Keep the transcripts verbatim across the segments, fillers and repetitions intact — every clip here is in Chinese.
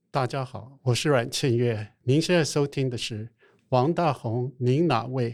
大家好，我是阮庆岳，您现在收听的是王大宏，您哪位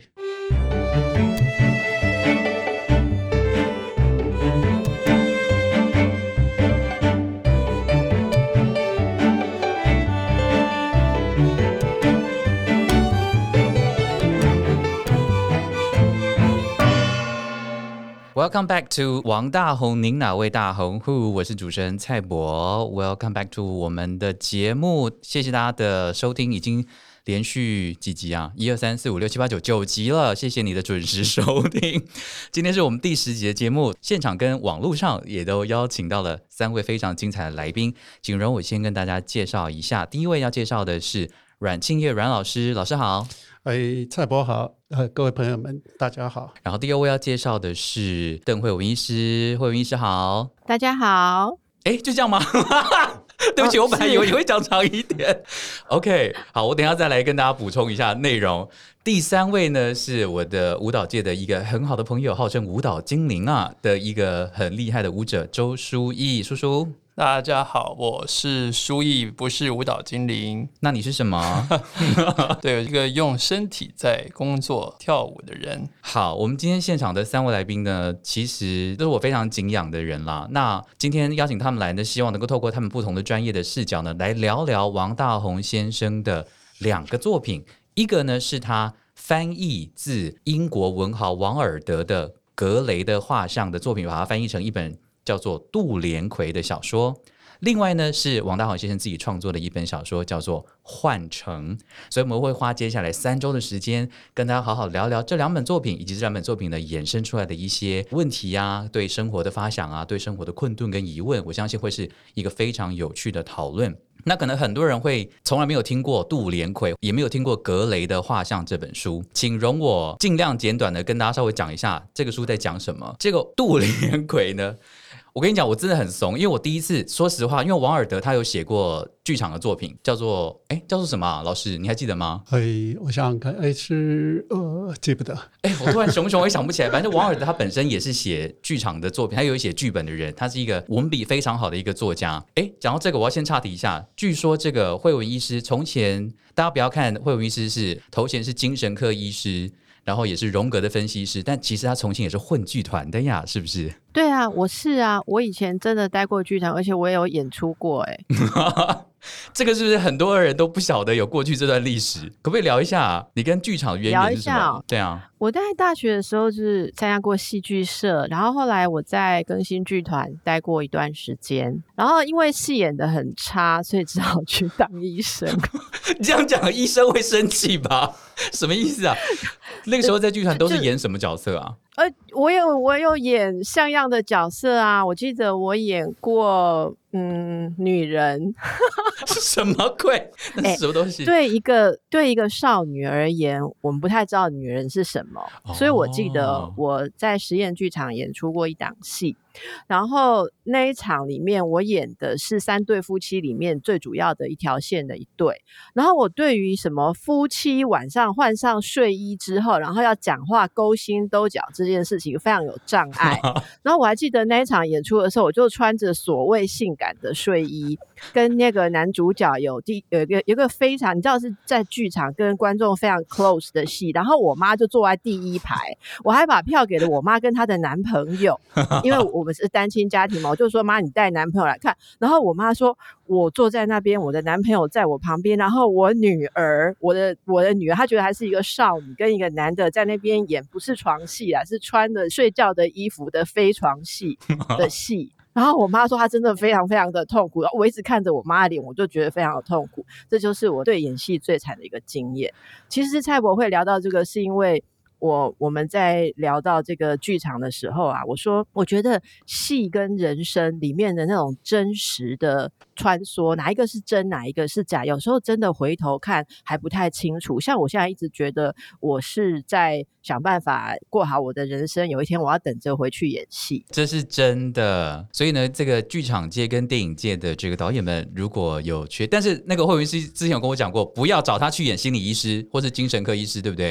？Welcome back to 王大宏，您哪位大宏户？我是主持人蔡博。Welcome back to 我们的节目，谢谢大家的收听，已经连续几集啊？一二三四五六七八九九集了，谢谢你的准时收听。今天是我们第十集的节目，现场跟网络上也都邀请到了三位非常精彩的来宾，请容我先跟大家介绍一下。第一位要介绍的是阮庆岳阮老师，老师好。 哎，蔡博好，呃，各位朋友们，大家好。 然后第二位要介绍的是邓惠文医师，惠文医师好， 大家好。 哎，就这样吗？对不起，哦、我本来以为你会讲长一点。OK， 好，我等一下再来跟大家补充一下内容。第三位呢是我的舞蹈界的一个很好的朋友，号称舞蹈精灵啊的一个很厉害的舞者周书毅叔叔。 大家好，我是书毅，不是舞蹈精灵。 那你是什么？ 对，一个用身体在工作跳舞的人。 好，我们今天现场的三位来宾呢，其实都是我非常敬仰的人啦。那今天邀请他们来呢，希望能够透过他们不同的专业的视角呢，来聊聊王大宏先生的两个作品。一个呢是他翻译自英国文豪王尔德的《格雷的画像》的作品，把它翻译成一本叫做杜连魁的小说。另外呢是王大宏先生自己创作的一本小说，叫做《幻城》。所以我们会花接下来三周的时间跟大家好好聊聊这两本作品，以及这两本作品呢衍生出来的一些问题啊，对生活的发想啊，对生活的困顿跟疑问，我相信会是一个非常有趣的讨论。那可能很多人会从来没有听过杜连魁，也没有听过格雷的画像这本书，请容我尽量简短的跟大家稍微讲一下这个书在讲什么。这个杜连魁呢，我跟你讲，我真的很怂，因为我第一次，说实话，因为王尔德他有写过剧场的作品，叫做哎，叫做什么啊？老师，你还记得吗？ 哎，我想想看，哎，是呃，记不得。 哎，我突然熊熊也想不起来。反正王尔德他本身也是写剧场的作品，他有写剧本的人，他是一个文笔非常好的一个作家。哎，讲到这个，我要先岔题一下。据说这个惠文医师从前，大家不要看惠文医师是头衔是精神科医师，然后也是荣格的分析师，但其实他从前也是混剧团的呀，是不是？ 对啊，我是啊，我以前真的待过剧场，而且我也有演出过哎。 这个是不是很多人都不晓得有过去这段历史？可不可以聊一下、啊、你跟剧场的渊源是什么？聊一下、哦、对啊， 我在大学的时候是参加过戏剧社，然后后来我在更新剧团待过一段时间，然后因为戏演得很差，所以只好去当医生。 你这样讲医生会生气吧？什么意思啊？那个时候在剧团都是演什么角色啊？ 呃，我有我有演像样的角色啊，我记得我演过嗯女人。 什么鬼？那是什么东西？ 欸、对一个对一个少女而言，我们不太知道女人是什么，哦、所以我记得我在实验剧场演出过一档戏。然后那一场里面我演的是三对夫妻里面最主要的一条线的一对，然后我对于什么夫妻晚上换上睡衣之后然后要讲话勾心斗角这件事情非常有障碍。然后我还记得那一场演出的时候，我就穿着所谓性感的睡衣，跟那个男主角有第有一个有一个非常，你知道是在剧场跟观众非常 close 的戏，然后我妈就坐在第一排，我还把票给了我妈跟她的男朋友，因为我们是单亲家庭嘛，我就说妈你带男朋友来看，然后我妈说我坐在那边，我的男朋友在我旁边，然后我女儿我的我的女儿她觉得还是一个少女跟一个男的在那边演不是床戏啊，是穿着睡觉的衣服的非床戏的戏。然后我妈说她真的非常非常的痛苦，我一直看着我妈的脸我就觉得非常的痛苦，这就是我对演戏最惨的一个经验。其实蔡博会聊到这个是因为我我们在聊到这个剧场的时候啊，我说我觉得戏跟人生里面的那种真实的穿梭，哪一个是真哪一个是假，有时候真的回头看还不太清楚。像我现在一直觉得我是在想办法过好我的人生，有一天我要等着回去演戏， 这是真的。所以呢，这个剧场界跟电影界的这个导演们如果有缺，但是那个惠文师之前有跟我讲过，不要找他去演心理医师或是精神科医师，对不对？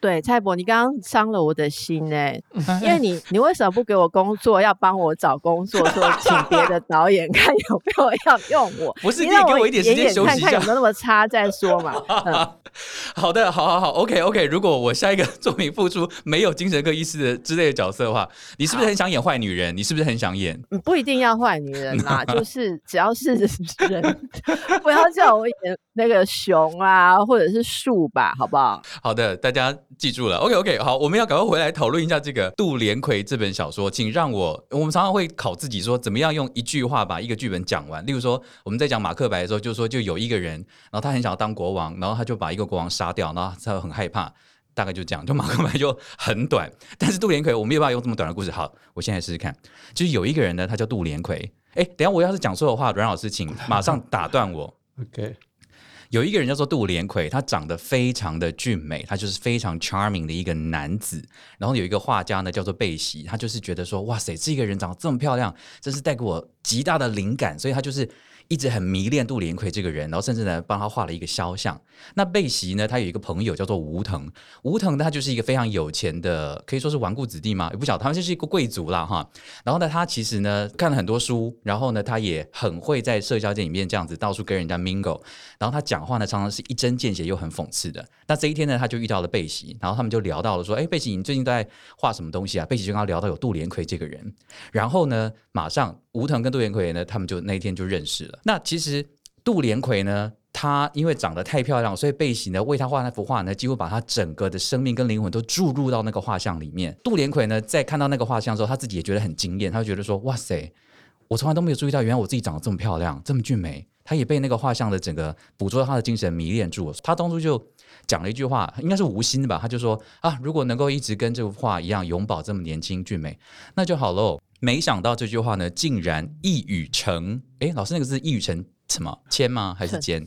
对，蔡伯，你刚刚伤了我的心哎、欸，因为你你为什么不给我工作，要帮我找工作，说请别的导演看有没有要用我？ 不是，你也给我一点时间休息一下， 看看有没有那么差再说嘛。嗯、 好的，好好好 ，OK OK。如果我下一个作品复出没有精神科医师的之类的角色的话，你是不是很想演坏女人？你是不是很想演？ 不一定要坏女人啦，就是只要是人，不要叫我演那个熊啊，或者是树吧，好不好？ 好的，大家记住了。OK OK， 好，我们要赶快回来讨论一下这个杜连魁这本小说。请让我，我们常常会考自己说，怎么样用一句话把一个剧本讲完。例如说，我们在讲马克白的时候，就是说，就有一个人，然后他很想要当国王，然后他就把一个国王杀掉，然后他很害怕。大概就这样，就马克白就很短，但是杜连魁我没有办法用这么短的故事。好，我现在试试看，就是有一个人呢，他叫杜连魁。哎，等一下我要是讲错的话，阮老师请马上打断我。 OK。 有一个人叫做杜连魁，他长得非常的俊美，他就是非常 charming 的一个男子。然后有一个画家呢叫做贝西，他就是觉得说，哇塞，这个人长得这么漂亮，真是带给我极大的灵感，所以他就是一直很迷恋杜连魁这个人，然后甚至呢帮他画了一个肖像。那贝西呢，他有一个朋友叫做吴腾，吴腾他就是一个非常有钱的，可以说是纨绔子弟嘛，也不晓得，他们就是一个贵族啦哈。然后呢，他其实呢看了很多书，然后呢他也很会在社交界里面这样子到处跟人家 mingle， 然后他讲话呢常常是一针见血又很讽刺的。那这一天呢，他就遇到了贝西，然后他们就聊到了说，哎，贝西你最近在画什么东西啊？贝西就跟他聊到有杜连魁这个人，然后呢马上吴腾跟杜连魁呢他们就那一天就认识了。那其实杜连魁呢，他因为长得太漂亮，所以贝西呢为他画那幅画呢，几乎把他整个的生命跟灵魂都注入到那个画像里面。杜连魁呢，在看到那个画像的时候，他自己也觉得很惊艳，他就觉得说，哇塞，我从来都没有注意到，原来我自己长得这么漂亮，这么俊美。他也被那个画像的整个捕捉到他的精神迷恋住了。他当初就讲了一句话，应该是无心的吧，他就说啊，如果能够一直跟这幅画一样永葆这么年轻俊美，那就好喽。没想到这句话呢，竟然一语成，哎，老师那个字一语成什么？谦吗？还是奸？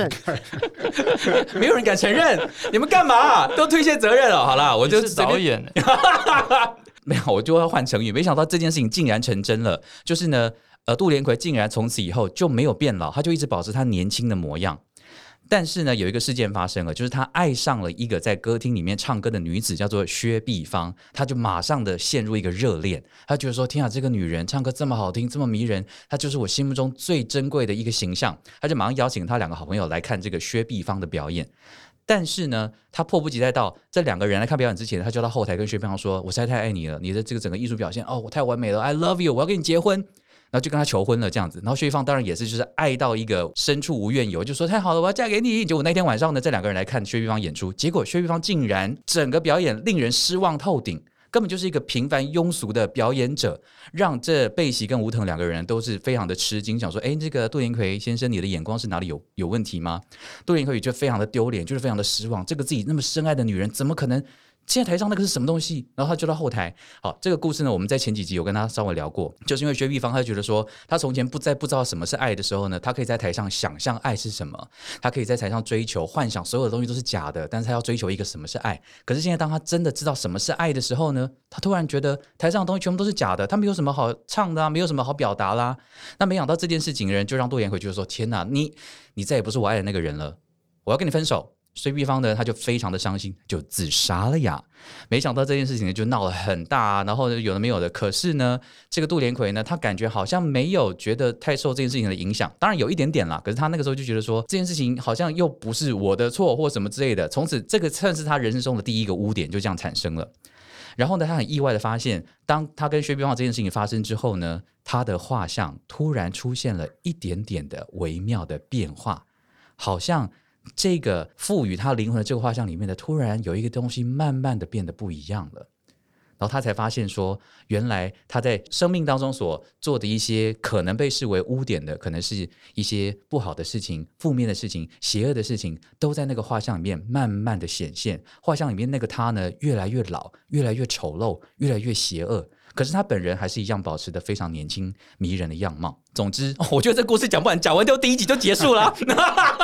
没有人敢承认，你们干嘛？都推卸责任了。好啦，我就是导演。 没有，我就要换成语。没想到这件事情竟然成真了，就是呢。呃，杜连魁竟然从此以后就没有变老，他就一直保持他年轻的模样。但是呢，有一个事件发生了，就是他爱上了一个在歌厅里面唱歌的女子，叫做薛碧芳。他就马上的陷入一个热恋，他觉得说，天啊，这个女人唱歌这么好听，这么迷人，她就是我心目中最珍贵的一个形象。他就马上邀请他两个好朋友来看这个薛碧芳的表演。但是呢，他迫不及待到这两个人来看表演之前，他就到后台跟薛碧芳说，我实在太爱你了，你的这个整个艺术表现，哦，我太完美了 ，I love you， 我要跟你结婚。然后就跟他求婚了这样子，然后薛玉芳当然也是就是爱到一个深处无怨尤，就说太好了，我要嫁给你。结果那天晚上呢，这两个人来看薛玉芳演出，结果薛玉芳竟然整个表演令人失望透顶，根本就是一个平凡庸俗的表演者，让这贝西跟吴腾两个人都是非常的吃惊，想说，哎，这个杜连魁先生，你的眼光是哪里有有问题吗？杜连魁也就非常的丢脸，就是非常的失望，这个自己那么深爱的女人，怎么可能？现在台上那个是什么东西？然后他就到后台。好，这个故事呢，我们在前几集有跟他稍微聊过，就是因为薛碧芳，他觉得说，他从前不在不知道什么是爱的时候呢，他可以在台上想象爱是什么，他可以在台上追求幻想，所有的东西都是假的，但是他要追求一个什么是爱。可是现在当他真的知道什么是爱的时候呢，他突然觉得台上的东西全部都是假的，他没有什么好唱的啊，没有什么好表达啦。那没想到这件事情的人就让杜连魁觉得说，天哪，你你再也不是我爱的那个人了，我要跟你分手。薛碧芳呢，他就非常的伤心，就自杀了呀。没想到这件事情呢，就闹得很大啊，然后有的没有的。可是呢，这个杜连魁呢，他感觉好像没有觉得太受这件事情的影响，当然有一点点啦。可是他那个时候就觉得说，这件事情好像又不是我的错或什么之类的。从此，这个算是他人生中的第一个污点，就这样产生了。然后呢，他很意外的发现，当他跟薛碧芳这件事情发生之后呢，他的画像突然出现了一点点的微妙的变化，好像这个赋予他灵魂的这个画像里面的，突然有一个东西慢慢的变得不一样了。然后他才发现说，原来他在生命当中所做的一些可能被视为污点的，可能是一些不好的事情、负面的事情、邪恶的事情，都在那个画像里面慢慢的显现。画像里面那个他呢，越来越老，越来越丑陋，越来越邪恶。可是他本人还是一样保持的非常年轻迷人的样貌。总之、哦、我觉得这故事讲不完，讲完就第一集就结束了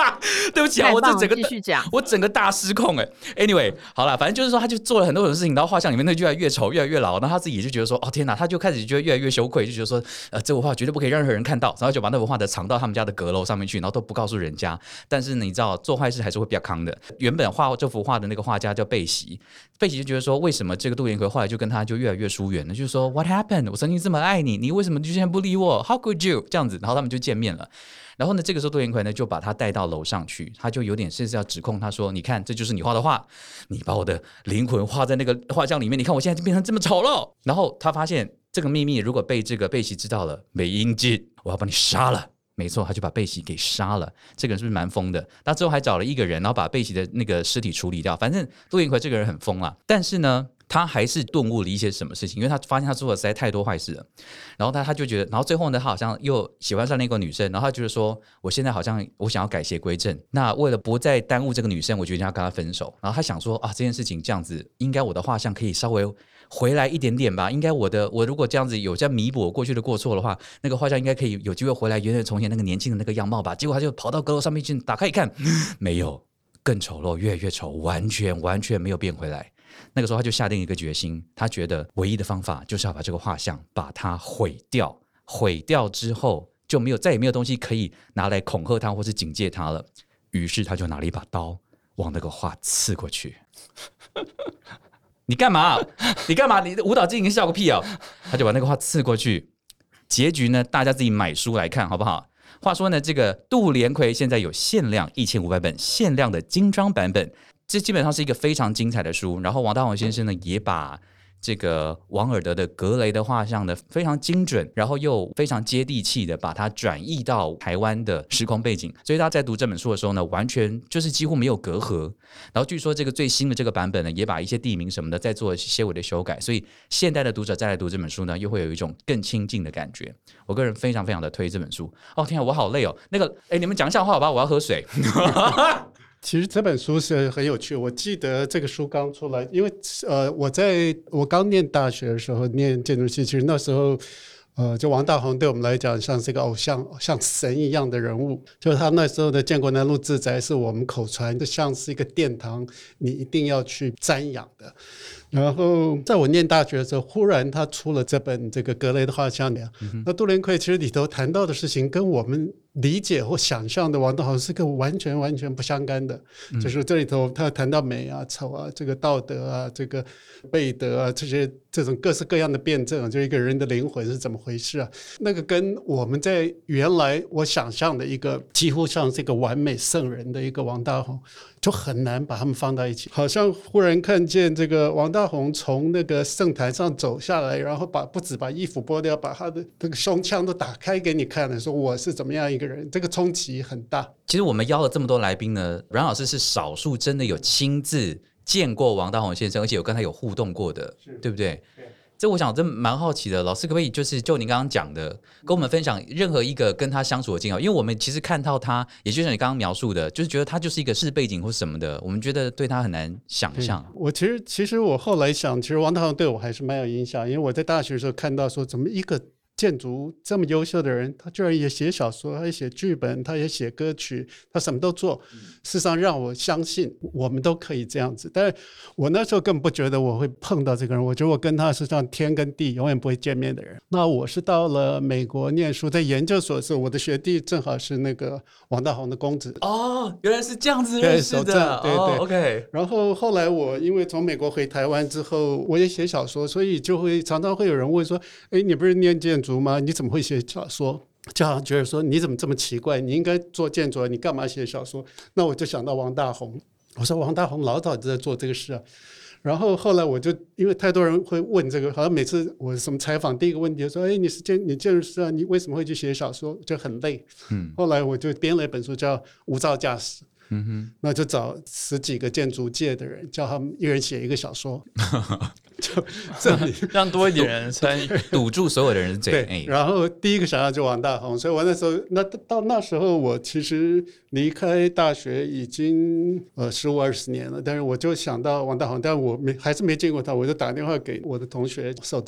对不起啊，我这整个继续讲， 我整个大失控哎。Anyway， 好了，反正就是说，他就做了很多种事情，然后画像里面那越来越丑，越来越老，然后他自己就觉得说，哦天哪，他就开始觉得越来越羞愧，就觉得说，呃，这幅画绝对不可以让任何人看到，然后就把那幅画的藏到他们家的阁楼上面去，然后都不告诉人家。但是你知道，做坏事还是会比较康的。原本画这幅画的那个画家叫贝喜，贝喜就觉得说，为什么这个杜连奎后来就跟他就越来越疏远了？就是说 ，What happened？ 我曾经这么爱你，你为什么就现在不理我 ？How could you？ 这样子，然后他们就见面了。然后呢，这个时候杜连奎呢就把他带到楼上去，他就有点是要指控他说：“你看，这就是你画的画，你把我的灵魂画在那个画像里面，你看我现在就变成这么丑了。”然后他发现这个秘密如果被这个贝喜知道了，没应尽，我要把你杀了。没错，他就把贝喜给杀了。这个人是不是蛮疯的？他之后还找了一个人，然后把贝喜的那个尸体处理掉。反正杜连奎这个人很疯啦，但是呢，他还是顿悟了一些什么事情，因为他发现他做的实在太多坏事了。然后他他就觉得，然后最后呢，他好像又喜欢上那个女生，然后他觉得说，我现在好像我想要改邪归正。那为了不再耽误这个女生，我决定要跟她分手。然后他想说啊，这件事情这样子，应该我的画像可以稍微回来一点点吧，应该我的我如果这样子有这样弥补我过去的过错的话，那个画像应该可以有机会回来原来从前那个年轻的那个样貌吧。结果他就跑到阁楼上面去打开一看，没有，更丑陋，越来越丑，完全完全没有变回来。那个时候他就下定一个决心，他觉得唯一的方法就是要把这个画像把它毁掉，毁掉之后就没有再也没有东西可以拿来恐吓他或是警戒他了。于是他就拿了一把刀往那个画刺过去。你干嘛？你干嘛？你的舞蹈进行笑个屁哦！他就把那个画刺过去。结局呢，大家自己买书来看好不好？话说呢，这个杜连奎现在有限量一千五百本，限量的精装版本，这基本上是一个非常精彩的书。然后王大闳先生呢，也把这个王尔德的格雷的画像呢非常精准，然后又非常接地气的把它转译到台湾的时空背景，所以大家在读这本书的时候呢，完全就是几乎没有隔阂。然后据说这个最新的这个版本呢，也把一些地名什么的再做些微的修改，所以现代的读者再来读这本书呢，又会有一种更亲近的感觉。我个人非常非常的推这本书。哦天啊，我好累哦。那个，哎，你们讲一下话好吧，我要喝水。 其实这本书是很有趣，我记得这个书刚出来，因为呃，我在我刚念大学的时候念建筑系，其实那时候呃，就王大闳对我们来讲像是一个偶像，像神一样的人物。就是他那时候的建国南路自宅是我们口传的，像是一个殿堂，你一定要去瞻仰的。然后在我念大学的时候，忽然他出了这本这个格雷的画像了、嗯、那杜连奎其实里头谈到的事情跟我们理解或想象的王大闳是个完全完全不相干的、嗯、就是这里头他谈到美啊丑啊这个道德啊这个背德啊这些这种各式各样的辩证，就一个人的灵魂是怎么回事啊，那个跟我们在原来我想象的一个几乎像是一个完美圣人的一个王大闳就很难把他们放到一起。好像忽然看见这个王大闳从那个圣坛上走下来，然后把不止把衣服剥掉，把他的这个胸腔都打开给你看了，说我是怎么样一个人，这个冲击很大。 其实我们邀了这么多来宾呢，阮老师是少数真的有亲自见过王大闳先生，而且有跟他有互动过的，对不对？对，这我想真蛮好奇的，老师可不可以就是就您刚刚讲的跟我们分享任何一个跟他相处的经验？因为我们其实看到他也就像你刚刚描述的，就是觉得他就是一个世背景或什么的，我们觉得对他很难想象。 我其实其实我后来想，其实王大闳对我还是蛮有影响，因为我在大学的时候看到说怎么一个建筑这么优秀的人，他居然也写小说，他也写剧本，他也写歌曲，他什么都做。事实上让我相信我们都可以这样子，但是我那时候根本不觉得我会碰到这个人，我觉得我跟他是像天跟地永远不会见面的人。那我是到了美国念书，在研究所的时候，我的学弟正好是那个王大闳的公子。 哦，原来是这样子认识的。对对对、哦、OK。 然后后来我因为从美国回台湾之后，我也写小说，所以就会常常会有人问说，哎，你不是念建筑吗？你怎么会写小说？就好像觉得说你怎么这么奇怪，你应该做建筑，你干嘛写小说？那我就想到王大闳，我说王大闳老早就在做这个事啊。然后后来我就因为太多人会问这个，好像每次我什么采访第一个问题就说，哎，你是建你建筑师啊，你为什么会去写小说？就很累。嗯，后来我就编了一本书叫《无照驾驶》。嗯哼，那就找十几个建筑界的人，叫他们一人写一个小说，就这里让多一点人参与， 堵住所有的人的嘴。 对，然后第一个想到就王大闳，所以我那时候那到那时候我其实离开大学已经呃十五二十年了，但是我就想到王大闳，但我没还是没见过他，我就打电话给我的同学守正嘛。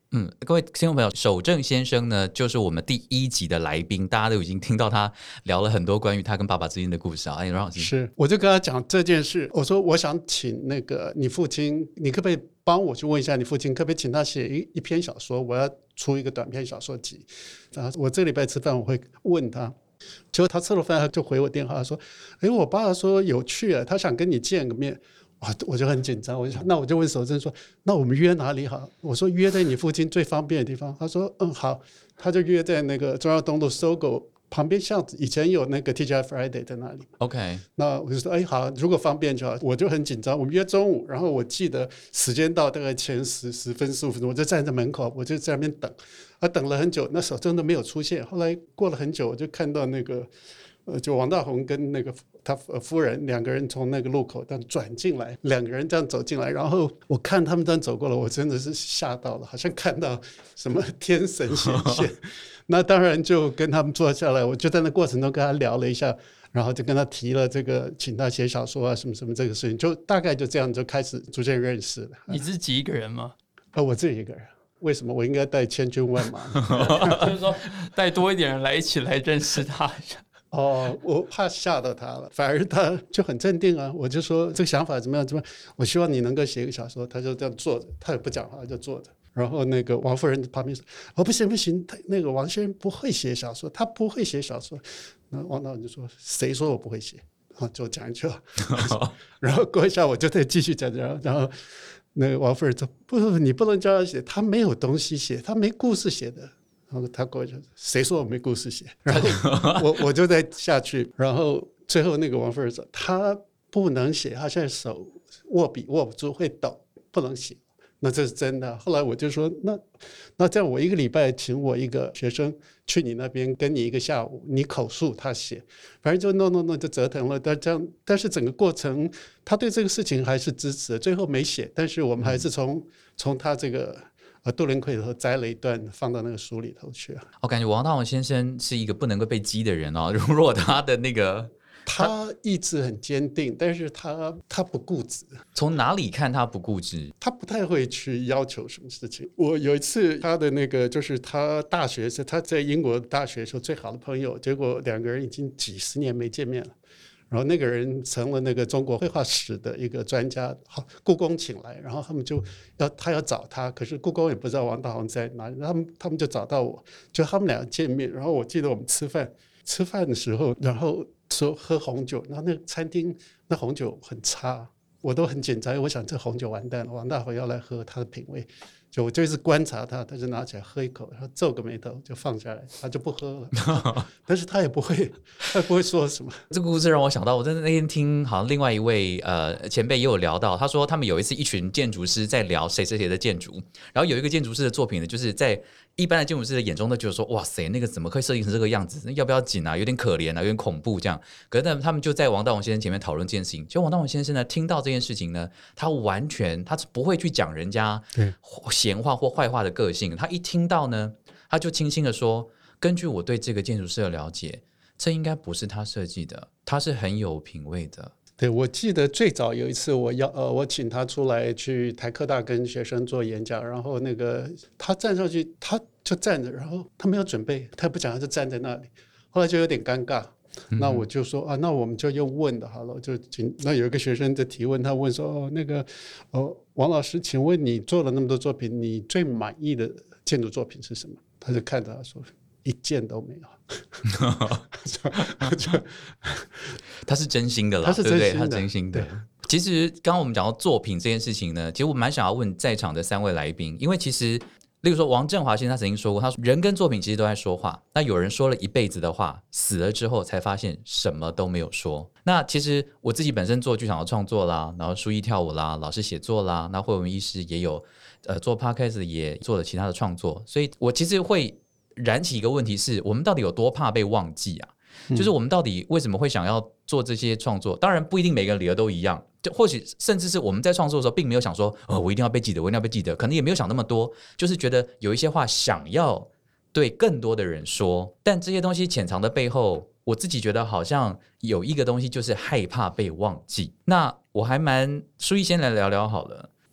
嗯，各位听众朋友，守正先生呢，就是我们第一集的来宾，大家都已经听到他聊了很多关于他跟爸爸之间的故事啊。哎，阮老师， 是，我就跟他讲这件事，我说我想请那个你父亲，你可不可以帮我去问一下你父亲，可不可以请他写一一篇小说，我要出一个短篇小说集。然后我这礼拜吃饭我会问他，结果他吃了饭他就回我电话说，哎，我爸说有趣啊，他想跟你见个面。哇，我就很紧张，我就想，那我就问守正说，那我们约哪里好？我说约在你附近最方便的地方。他说嗯好，他就约在那个中央东路搜狗旁边巷子，以前有那个 T G I Friday 在那里。 OK， 那我就说哎好，如果方便就好。我就很紧张，我们约中午，然后我记得时间到大概前十十分十五分钟，我就站在门口，我就在那边等，啊等了很久，那守正都没有出现。后来过了很久，我就看到那个。呃，就王大闳跟那个他夫人两个人从那个路口这样转进来，两个人这样走进来，然后我看他们这样走过来，我真的是吓到了，好像看到什么天神显现。那当然就跟他们坐下来，我就在那过程中跟他聊了一下，然后就跟他提了这个请他写小说啊什么什么这个事情，就大概就这样就开始逐渐认识了。 你自己一个人吗？ 呃，我自己一个人。为什么我应该带千军万马？ 就是说带多一点人来一起来认识他一下。 哦，我怕吓到他了，反而他就很镇定啊。我就说这个想法怎么样？怎么样？我希望你能够写一个小说。他就这样坐着，他也不讲话，就坐着。然后那个王夫人旁边说：“哦，不行不行，他那个王先生不会写小说，他不会写小说。”那王导就说：“谁说我不会写？”啊，就讲一句话。然后过一下我就再继续讲讲，然后那个王夫人说：“不不不，你不能叫他写，他没有东西写，他没故事写的。”然后他过去，谁说我没故事写？然后我我就再下去，然后最后那个王夫人说他不能写，他现在手握笔握不住，会抖，不能写。那这是真的。后来我就说，那那这样我一个礼拜请我一个学生去你那边跟你一个下午，你口述他写，反正就弄弄弄就折腾了。但这样，但是整个过程他对这个事情还是支持的，最后没写，但是我们还是从从他这个。呃，杜林奎头摘了一段放到那个书里头去啊。 我感觉王大闳先生是一个不能够被激的人哦。如果他的那个他意志很坚定，但是他他不固执。 从哪里看他不固执？ 他不太会去要求什么事情。我有一次他的那个就是他大学是他在英国大学时候最好的朋友，结果两个人已经几十年没见面了。然后那个人成了那个中国绘画史的一个专家，故宫请来，然后他们就要他要找他，可是故宫也不知道王大闳在哪里，他们他们就找到我，就他们俩见面。然后我记得我们吃饭，吃饭的时候，然后说喝红酒，然后那个餐厅那红酒很差，我都很紧张，我想这红酒完蛋了，王大闳要来喝，他的品味。就我就一直观察他，他就拿起来喝一口，然后皱个眉头就放下来，他就不喝了。但是他也不会，他也不会说什么。 这个故事让我想到，我在那天听好像另外一位呃前辈也有聊到，他说他们有一次一群建筑师在聊谁谁谁的建筑，然后有一个建筑师的作品呢，就是在一般的建筑师的眼中都觉得说，哇塞，那个怎么可以设计成这个样子？要不要紧啊？有点可怜啊，有点恐怖这样。可是呢，他们就在王大闳先生前面讨论这件事情。结果王大闳先生呢，听到这件事情呢，他完全他不会去讲人家闲话或坏话的个性。他一听到呢，他就轻轻的说：“根据我对这个建筑师的了解，这应该不是他设计的，他是很有品味的。” 对，我记得最早有一次我要呃，我请他出来去台科大跟学生做演讲，然后那个他站上去，他就站着，然后他没有准备，他也不讲，他就站在那里，后来就有点尴尬。那我就说啊，那我们就用问的好了，就请那有一个学生在提问，他问说哦，那个哦，王老师，请问你做了那么多作品，你最满意的建筑作品是什么？他就看着他说。一件都没有他是真心的啦， 他是真心的， 对不对？他是真心的。其实刚刚我们讲到作品这件事情呢，其实我蛮想要问在场的三位来宾，因为其实例如说王振华先生他曾经说过，他说人跟作品其实都在说话，那有人说了一辈子的话，死了之后才发现什么都没有说。那其实我自己本身做剧场的创作啦，然后书艺跳舞啦，老师写作啦，那慧文医师也有呃做 podcast 也做了其他的创作，所以我其实会燃起一个问题是，我们到底有多怕被忘记啊？就是我们到底为什么会想要做这些创作？当然不一定每个人理由都一样，就或许甚至是我们在创作的时候并没有想说，呃，我一定要被记得，我一定要被记得，可能也没有想那么多，就是觉得有一些话想要对更多的人说，但这些东西潜藏的背后，我自己觉得好像有一个东西就是害怕被忘记。那我还蛮，书毅先来聊聊好了。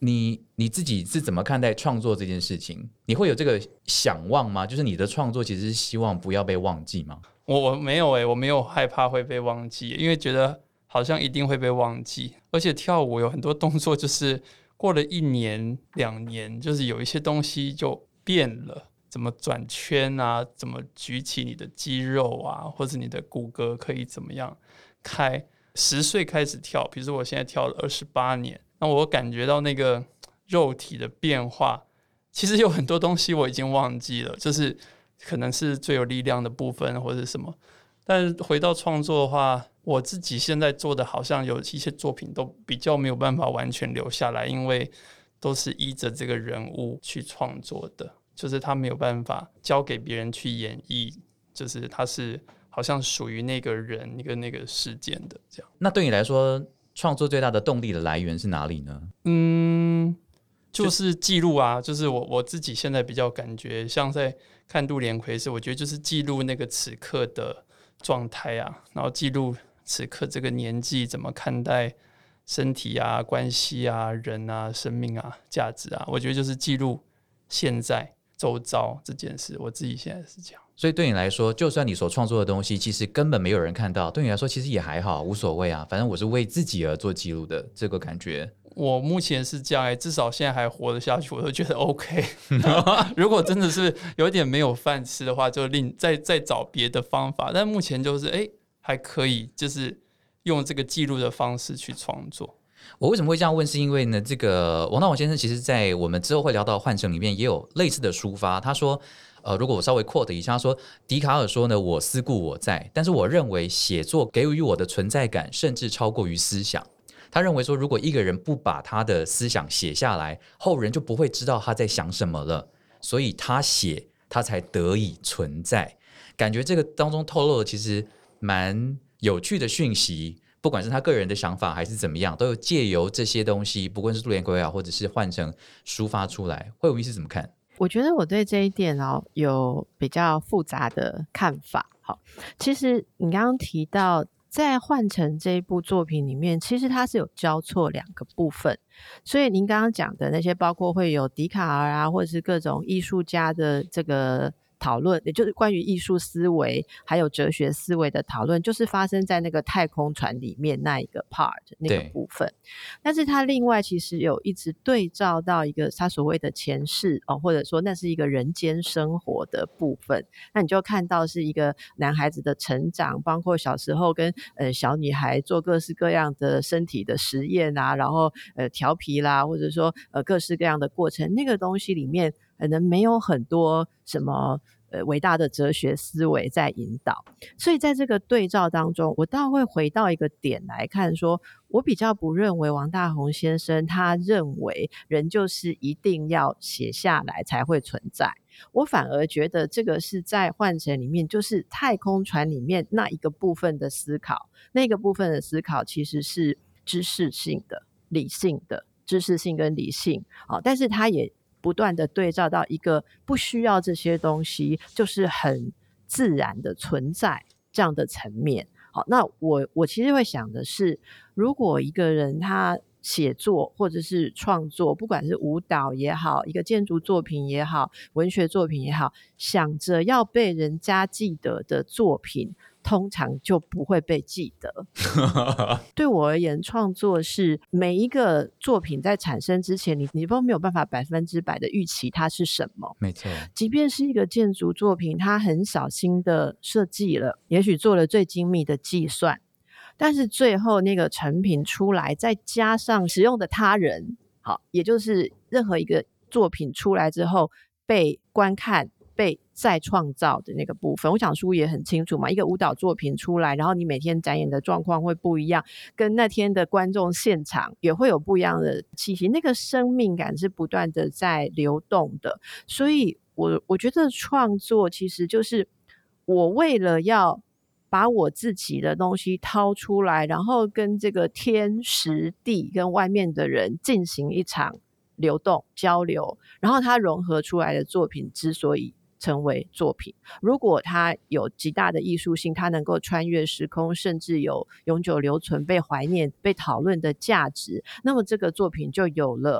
你你自己是怎么看待创作这件事情？你会有这个想望吗？就是你的创作其实是希望不要被忘记吗？ 我我没有诶、欸，我没有害怕会被忘记，因为觉得好像一定会被忘记。而且跳舞有很多动作，就是过了一年两年，就是有一些东西就变了，怎么转圈啊，怎么举起你的肌肉啊，或者你的骨骼可以怎么样开。十岁开始跳，比如说我现在跳了二十八年，那我感觉到那个肉体的变化，其实有很多东西我已经忘记了，就是可能是最有力量的部分或者什么。但是回到创作的话，我自己现在做的好像有一些作品都比较没有办法完全留下来，因为都是依着这个人物去创作的，就是他没有办法交给别人去演绎，就是他是好像属于那个人一个那个事件的这样。 那对你来说，创作最大的动力的来源是哪里呢？ 嗯，就是记录啊，就是我我自己现在比较感觉，像在看杜连奎时，我觉得就是记录那个此刻的状态啊，然后记录此刻这个年纪怎么看待身体啊、关系啊、人啊、生命啊、价值啊，我觉得就是记录现在周遭这件事，我自己现在是这样。 所以对你来说，就算你所创作的东西其实根本没有人看到，对你来说其实也还好，无所谓啊，反正我是为自己而做记录的这个感觉。 我目前是这样、欸、至少现在还活得下去，我都觉得 OK 如果真的是有点没有饭吃的话，就另 再, 再找别的方法，但目前就是哎、欸、还可以，就是用这个记录的方式去创作。 我为什么会这样问，是因为呢，这个王大雯先生其实在我们之后会聊到幻城里面也有类似的抒发。他说呃，如果我稍微 quote 一下，他说笛卡尔说呢，我思故我在，但是我认为写作给予我的存在感甚至超过于思想。他认为说，如果一个人不把他的思想写下来，后人就不会知道他在想什么了，所以他写他才得以存在。感觉这个当中透露的其实蛮有趣的讯息，不管是他个人的想法还是怎么样，都有借由这些东西，不论是杜连奎啊，或者是幻城抒发出来。慧文是怎么看？ 我觉得我对这一点哦有比较复杂的看法。好，其实你刚刚提到在幻城这一部作品里面，其实它是有交错两个部分，所以您刚刚讲的那些包括会有笛卡尔啊，或者是各种艺术家的这个讨论，也就是关于艺术思维还有哲学思维的讨论，就是发生在那个太空船里面那一个 part 那个部分。但是它另外其实有一直对照到一个他所谓的前世、哦、或者说那是一个人间生活的部分，那你就看到是一个男孩子的成长，包括小时候跟、呃、小女孩做各式各样的身体的实验啊，然后、呃、调皮啦，或者说、呃、各式各样的过程，那个东西里面可能没有很多什么呃，伟大的哲学思维在引导。所以在这个对照当中，我倒会回到一个点来看说，我比较不认为王大雯先生他认为人就是一定要写下来才会存在，我反而觉得这个是在幻城里面，就是太空船里面那一个部分的思考，那个部分的思考其实是知识性的、理性的，知识性跟理性、哦、但是他也不断的对照到一个不需要这些东西，就是很自然的存在这样的层面。好，那我我其实会想的是，如果一个人他写作或者是创作，不管是舞蹈也好，一个建筑作品也好，文学作品也好，想着要被人家记得的作品，通常就不会被记得对我而言，创作是每一个作品在产生之前，你你都没有办法百分之百的预期它是什么。 没错， 即便是一个建筑作品，它很小心的设计了，也许做了最精密的计算，但是最后那个成品出来，再加上使用的他人，好，也就是任何一个作品出来之后被观看被再创造的那个部分，我想书也很清楚嘛，一个舞蹈作品出来，然后你每天展演的状况会不一样，跟那天的观众现场也会有不一样的气息，那个生命感是不断的在流动的。所以我我觉得创作其实就是我为了要把我自己的东西掏出来，然后跟这个天时地跟外面的人进行一场流动交流，然后它融合出来的作品之所以成为作品，如果它有极大的艺术性，它能够穿越时空，甚至有永久留存、被怀念、被讨论的价值，那么这个作品就有了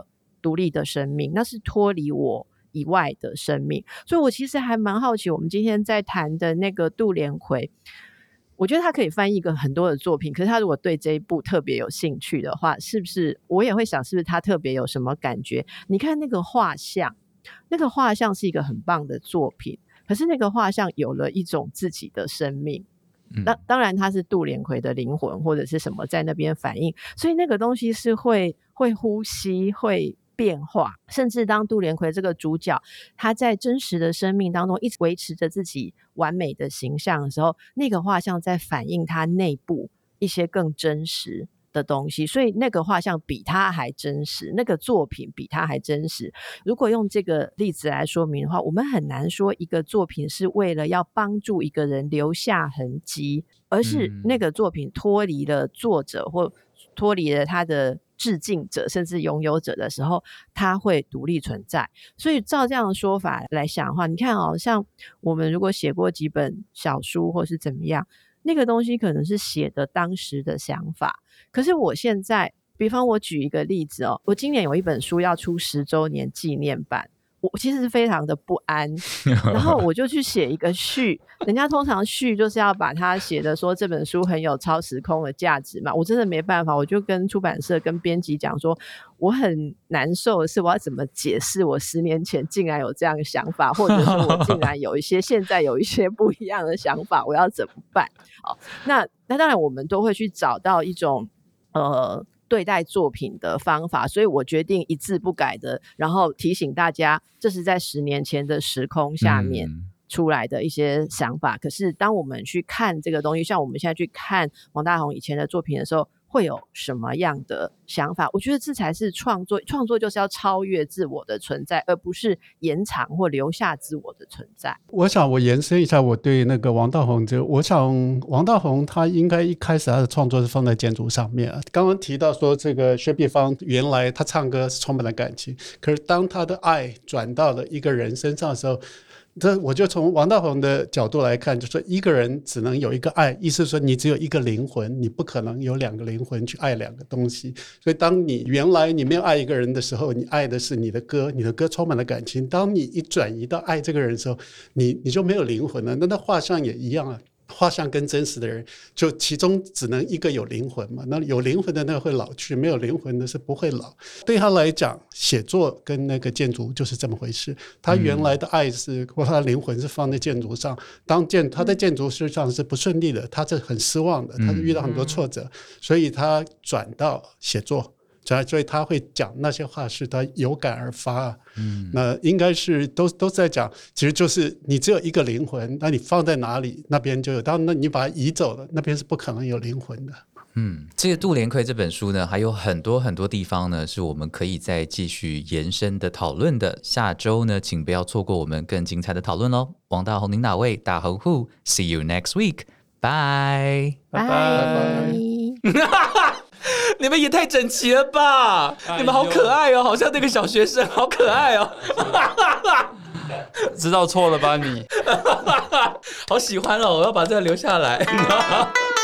独立的生命，那是脱离我以外的生命。所以我其实还蛮好奇，我们今天在谈的那个杜连魁，我觉得他可以翻译一个很多的作品，可是他如果对这一部特别有兴趣的话，是不是我也会想是不是他特别有什么感觉？你看那个画像，那个画像是一个很棒的作品，可是那个画像有了一种自己的生命，那当然他是杜连魁的灵魂或者是什么在那边反应，所以那个东西是会会呼吸会变化，甚至当杜连魁这个主角他在真实的生命当中一直维持着自己完美的形象的时候，那个画像在反映他内部一些更真实的东西，所以那个画像比他还真实，那个作品比他还真实。如果用这个例子来说明的话，我们很难说一个作品是为了要帮助一个人留下痕迹，而是那个作品脱离了作者或脱离了他的致敬者甚至拥有者的时候，它会独立存在。所以照这样的说法来想的话，你看哦，像我们如果写过几本小书或是怎么样，那个东西可能是写的当时的想法，可是我现在比方我举一个例子哦，我今年有一本书要出十周年纪念版，我其实是非常的不安，然后我就去写一个序，人家通常序就是要把它写的说这本书很有超时空的价值嘛，我真的没办法，我就跟出版社跟编辑讲说，我很难受的是我要怎么解释我十年前竟然有这样的想法，或者说我竟然有一些现在有一些不一样的想法，我要怎么办？好，那那当然我们都会去找到一种呃对待作品的方法，所以我决定一字不改的，然后提醒大家这是在十年前的时空下面出来的一些想法、嗯、可是当我们去看这个东西，像我们现在去看王大闳以前的作品的时候，会有什么样的想法？我觉得这才是创作，创作就是要超越自我的存在，而不是延长或留下自我的存在。 我想我延伸一下我对那个王大闳，就我想王大闳他应该一开始他的创作是放在建筑上面。刚刚提到说这个薛碧芳原来他唱歌是充满了感情，可是当他的爱转到了一个人身上的时候，这我就从王大闳的角度来看，就是一个人只能有一个爱，意思是说你只有一个灵魂，你不可能有两个灵魂去爱两个东西。所以当你原来你没有爱一个人的时候，你爱的是你的歌，你的歌充满了感情。当你一转移到爱这个人的时候，你你就没有灵魂了。那那画像也一样啊，画像跟真实的人就其中只能一个有灵魂嘛，那有灵魂的那个会老去，没有灵魂的是不会老。对他来讲，写作跟那个建筑就是这么回事，他原来的爱是或他的灵魂是放在建筑上，当建他在建筑事实上是不顺利的，他是很失望的，他是遇到很多挫折，所以他转到写作，所以他会讲那些话是他有感而发、嗯、那应该是 都, 都在讲，其实就是你只有一个灵魂，那你放在哪里那边就有，当然你把它移走了，那边是不可能有灵魂的。 嗯，这个杜连魁这本书呢，还有很多很多地方呢，是我们可以再继续延伸的讨论的。下周呢，请不要错过我们更精彩的讨论咯。王大闳您哪位？大闳 who See you next week. Bye. 拜拜。 你们也太整齐了吧、哎、你们好可爱哦，好像那个小学生，好可爱哦。 知道错了吧你？ 好喜欢哦，我要把这个留下来。